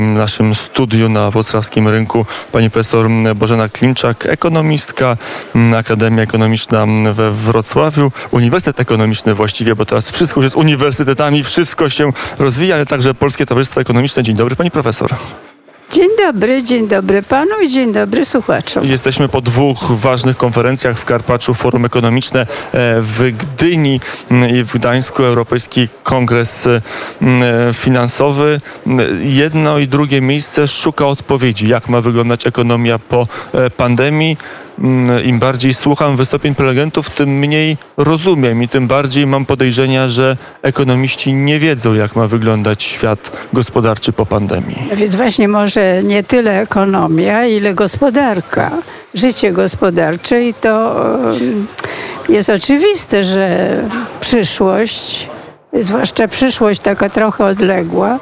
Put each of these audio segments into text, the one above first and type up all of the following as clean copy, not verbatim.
W naszym studiu na Włocławskim Rynku pani profesor Bożena Klimczak, ekonomistka, Akademia Ekonomiczna we Wrocławiu, Uniwersytet Ekonomiczny właściwie, bo teraz wszystko już jest uniwersytetami, wszystko się rozwija, ale także Polskie Towarzystwo Ekonomiczne. Dzień dobry, pani profesor. Dzień dobry panu i dzień dobry słuchaczom. Jesteśmy po dwóch ważnych konferencjach w Karpaczu, Forum Ekonomiczne w Gdyni i w Gdańsku, Europejski Kongres Finansowy. Jedno i drugie miejsce szuka odpowiedzi, jak ma wyglądać ekonomia po pandemii. Im bardziej słucham wystąpień prelegentów, tym mniej rozumiem i tym bardziej mam podejrzenia, że ekonomiści nie wiedzą, jak ma wyglądać świat gospodarczy po pandemii. Więc właśnie może nie tyle ekonomia, ile gospodarka, życie gospodarcze i to jest oczywiste, że przyszłość, zwłaszcza przyszłość taka trochę odległa,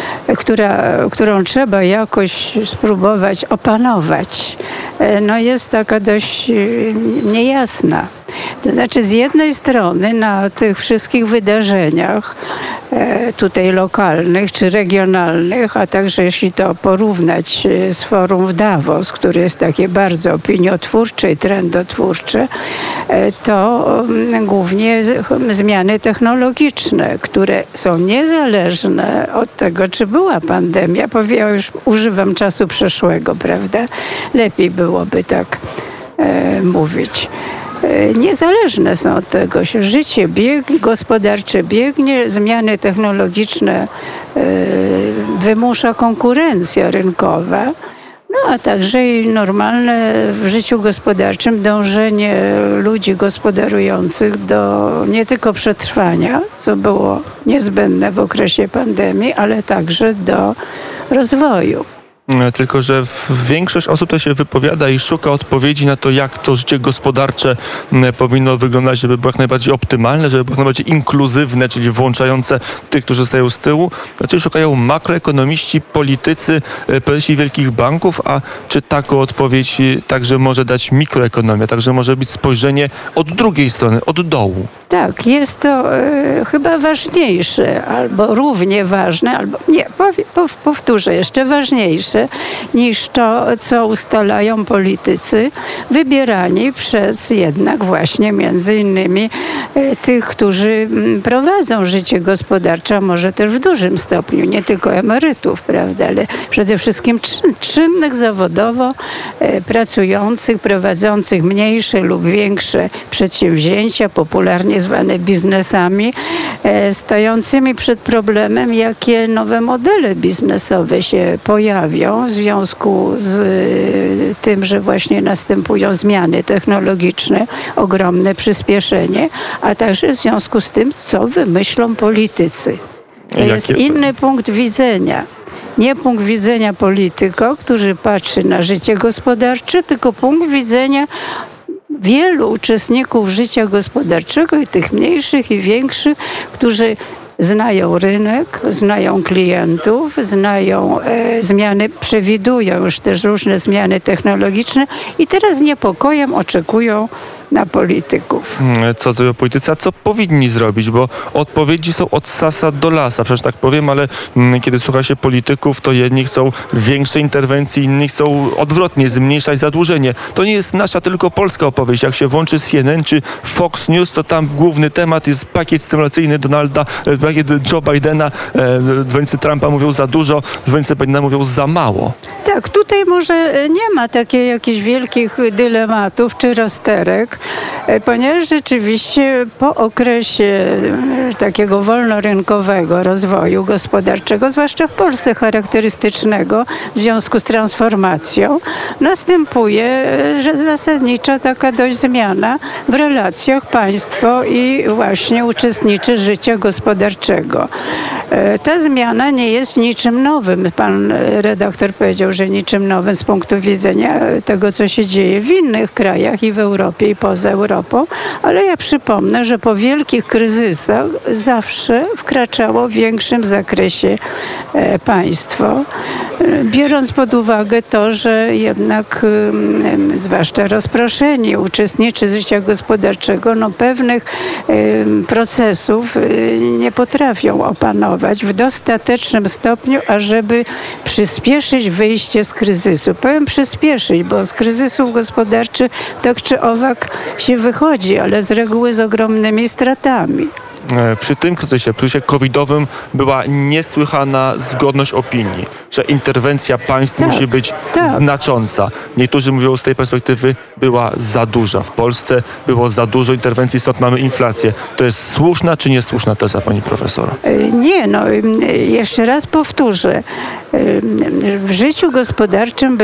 którą trzeba jakoś spróbować opanować, no jest taka dość niejasna. To znaczy z jednej strony na tych wszystkich wydarzeniach tutaj lokalnych czy regionalnych, a także jeśli to porównać z forum w Davos, które jest takie bardzo opiniotwórcze i trendotwórcze, to głównie zmiany technologiczne, które są niezależne od tego, czy była pandemia. Ja już używam czasu przeszłego, prawda? Lepiej byłoby tak mówić. Niezależne są od tego, że życie gospodarcze biegnie, zmiany technologiczne wymusza konkurencja rynkowa, no a także i normalne w życiu gospodarczym dążenie ludzi gospodarujących do nie tylko przetrwania, co było niezbędne w okresie pandemii, ale także do rozwoju. Tylko że większość osób to się wypowiada i szuka odpowiedzi na to, jak to życie gospodarcze powinno wyglądać, żeby było jak najbardziej optymalne, żeby było jak najbardziej inkluzywne, czyli włączające tych, którzy zostają z tyłu. Znaczy szukają makroekonomiści, politycy, prezesi wielkich banków, a czy taką odpowiedź także może dać mikroekonomia, także może być spojrzenie od drugiej strony, od dołu. Tak, jest to chyba ważniejsze, albo równie ważne, albo nie, powtórzę, jeszcze ważniejsze niż to, co ustalają politycy wybierani przez jednak właśnie między innymi tych, którzy prowadzą życie gospodarcze, a może też w dużym stopniu, nie tylko emerytów, prawda, ale przede wszystkim czynnych zawodowo pracujących, prowadzących mniejsze lub większe przedsięwzięcia, popularnie zwane biznesami, stojącymi przed problemem, jakie nowe modele biznesowe się pojawią w związku z tym, że właśnie następują zmiany technologiczne, ogromne przyspieszenie, a także w związku z tym, co wymyślą politycy. To jest inny punkt widzenia. Nie punkt widzenia polityka, który patrzy na życie gospodarcze, tylko punkt widzenia wielu uczestników życia gospodarczego, i tych mniejszych i większych, którzy znają rynek, znają klientów, znają zmiany, przewidują już też różne zmiany technologiczne i teraz z niepokojem oczekują na polityków. Co to politycy, a co powinni zrobić? Bo odpowiedzi są od sasa do lasa, przecież tak powiem, ale kiedy słucha się polityków, to jedni chcą większej interwencji, inni chcą odwrotnie, zmniejszać zadłużenie. To nie jest nasza tylko polska opowieść. Jak się włączy CNN czy Fox News, to tam główny temat jest pakiet stymulacyjny pakiet Joe Bidena. Zwolennicy Trumpa mówią za dużo, zwolennicy Bidena mówią za mało. Tak, tutaj może nie ma takich jakichś wielkich dylematów czy rozterek, ponieważ rzeczywiście po okresie takiego wolnorynkowego rozwoju gospodarczego, zwłaszcza w Polsce charakterystycznego w związku z transformacją, następuje zasadnicza taka dość zmiana w relacjach państwo i właśnie uczestnicy życia gospodarczego. Ta zmiana nie jest niczym nowym. Pan redaktor powiedział, że niczym niczym nowym z punktu widzenia tego, co się dzieje w innych krajach i w Europie, i poza Europą, ale ja przypomnę, że po wielkich kryzysach zawsze wkraczało w większym zakresie państwo, biorąc pod uwagę to, że jednak zwłaszcza rozproszeni uczestnicy życia gospodarczego pewnych procesów nie potrafią opanować w dostatecznym stopniu, ażeby przyspieszyć wyjście z kryzysu. Powiem przyspieszyć, bo z kryzysów gospodarczych tak czy owak się wychodzi, ale z reguły z ogromnymi stratami. Przy tym kryzysie covidowym była niesłychana zgodność opinii, że interwencja państw musi być znacząca. Niektórzy mówią z tej perspektywy, była za duża. W Polsce było za dużo interwencji, stąd mamy inflację. To jest słuszna czy niesłuszna teza, pani profesor? Nie, jeszcze raz powtórzę. W życiu gospodarczym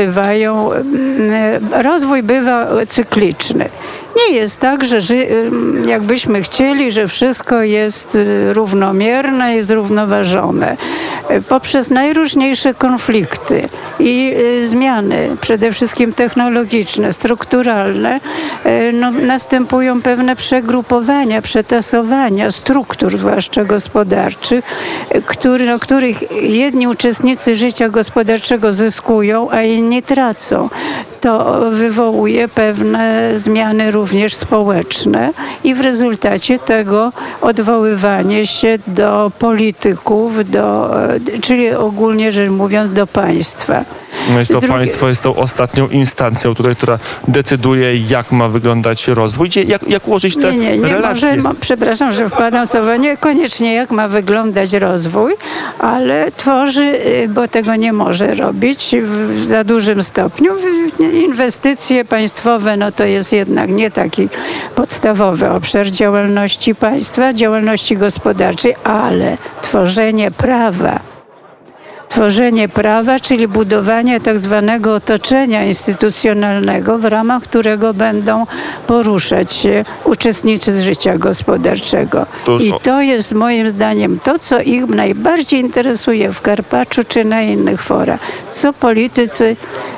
rozwój bywa cykliczny. Nie jest tak, że jakbyśmy chcieli, że wszystko jest równomierne, jest zrównoważone. Poprzez najróżniejsze konflikty i zmiany, przede wszystkim technologiczne, strukturalne, następują pewne przegrupowania, przetasowania struktur, zwłaszcza gospodarczych, których jedni uczestnicy życia gospodarczego zyskują, a inni tracą. To wywołuje pewne zmiany również społeczne i w rezultacie tego odwoływanie się do polityków, czyli ogólnie rzecz mówiąc do państwa. Państwo jest tą ostatnią instancją tutaj, która decyduje, jak ma wyglądać rozwój, jak ułożyć te relacje. Przepraszam, że wpadam słowo, niekoniecznie jak ma wyglądać rozwój, ale tworzy, bo tego nie może robić w za dużym stopniu. Inwestycje państwowe, to jest jednak nie taki podstawowy obszar działalności państwa, działalności gospodarczej, ale tworzenie prawa, czyli budowanie tak zwanego otoczenia instytucjonalnego, w ramach którego będą poruszać się uczestnicy życia gospodarczego. I to jest moim zdaniem to, co ich najbardziej interesuje w Karpaczu czy na innych forach. Co politycy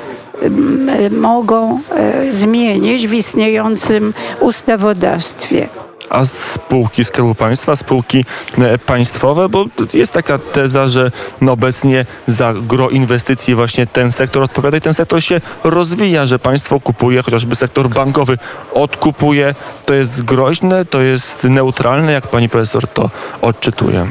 mogą zmienić w istniejącym ustawodawstwie. A spółki Skarbu Państwa, spółki państwowe, bo jest taka teza, że obecnie za gro inwestycji właśnie ten sektor odpowiada i ten sektor się rozwija, że państwo kupuje, chociażby sektor bankowy odkupuje. To jest groźne, to jest neutralne, jak pani profesor to odczytuje?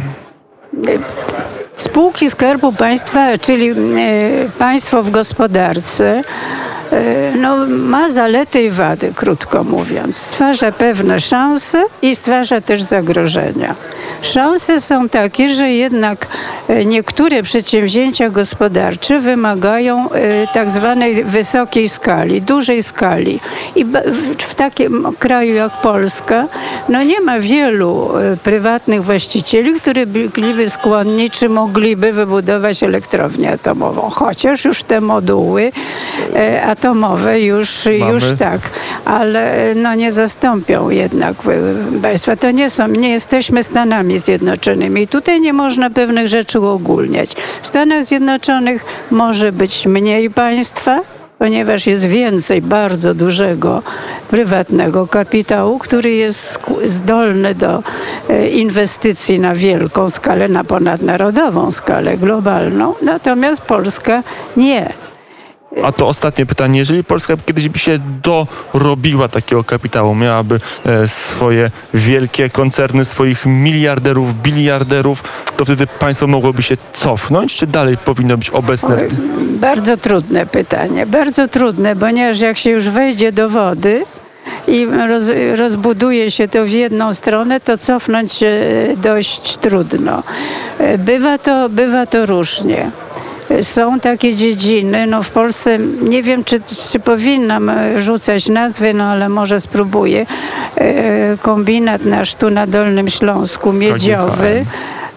Spółki Skarbu Państwa, czyli państwo w gospodarce, ma zalety i wady, krótko mówiąc. Stwarza pewne szanse i stwarza też zagrożenia. Szanse są takie, że jednak niektóre przedsięwzięcia gospodarcze wymagają tak zwanej wysokiej skali, dużej skali. I w takim kraju jak Polska nie ma wielu prywatnych właścicieli, którzy byliby skłonni czy mogliby wybudować elektrownię atomową. Chociaż już te moduły atomowe już tak, ale nie zastąpią jednak państwa. Nie jesteśmy Stanami Zjednoczonymi. I tutaj nie można pewnych rzeczy uogólniać. W Stanach Zjednoczonych może być mniej państwa, ponieważ jest więcej bardzo dużego prywatnego kapitału, który jest zdolny do inwestycji na wielką skalę, na ponadnarodową skalę globalną. Natomiast Polska nie. A to ostatnie pytanie. Jeżeli Polska kiedyś by się dorobiła takiego kapitału, miałaby swoje wielkie koncerny, swoich miliarderów, biliarderów, to wtedy państwo mogłoby się cofnąć, czy dalej powinno być obecne? Bardzo trudne pytanie. Bardzo trudne, ponieważ jak się już wejdzie do wody i rozbuduje się to w jedną stronę, to cofnąć się dość trudno. Bywa to różnie. Są takie dziedziny, w Polsce, nie wiem czy powinnam rzucać nazwy, ale może spróbuję. Kombinat nasz tu na Dolnym Śląsku, miedziowy,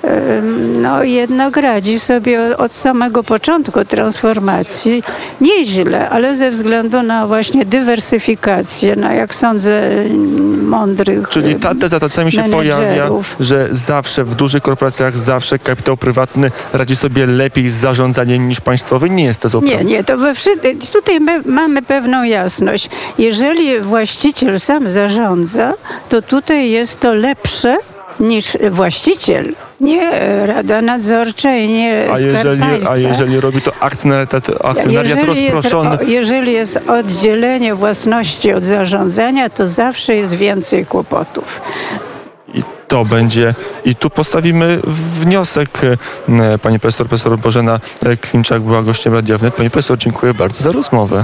no jednak radzi sobie od samego początku transformacji nieźle, ale ze względu na właśnie dywersyfikację, na jak sądzę mądrych Czyli ta teza czasami się pojawia, że zawsze w dużych korporacjach zawsze kapitał prywatny radzi sobie lepiej z zarządzaniem niż państwowy. Nie jest tezą prawdą. Nie, to tutaj mamy pewną jasność. Jeżeli właściciel sam zarządza, to tutaj jest to lepsze niż właściciel. Nie Rada Nadzorcza i nie Skarb Państwa. A jeżeli robi to akcjonariat rozproszony? Jeżeli jest oddzielenie własności od zarządzania, to zawsze jest więcej kłopotów. I tu postawimy wniosek. Pani profesor Bożena Klimczak była gościem Radia Wnet. Pani profesor, dziękuję bardzo za rozmowę.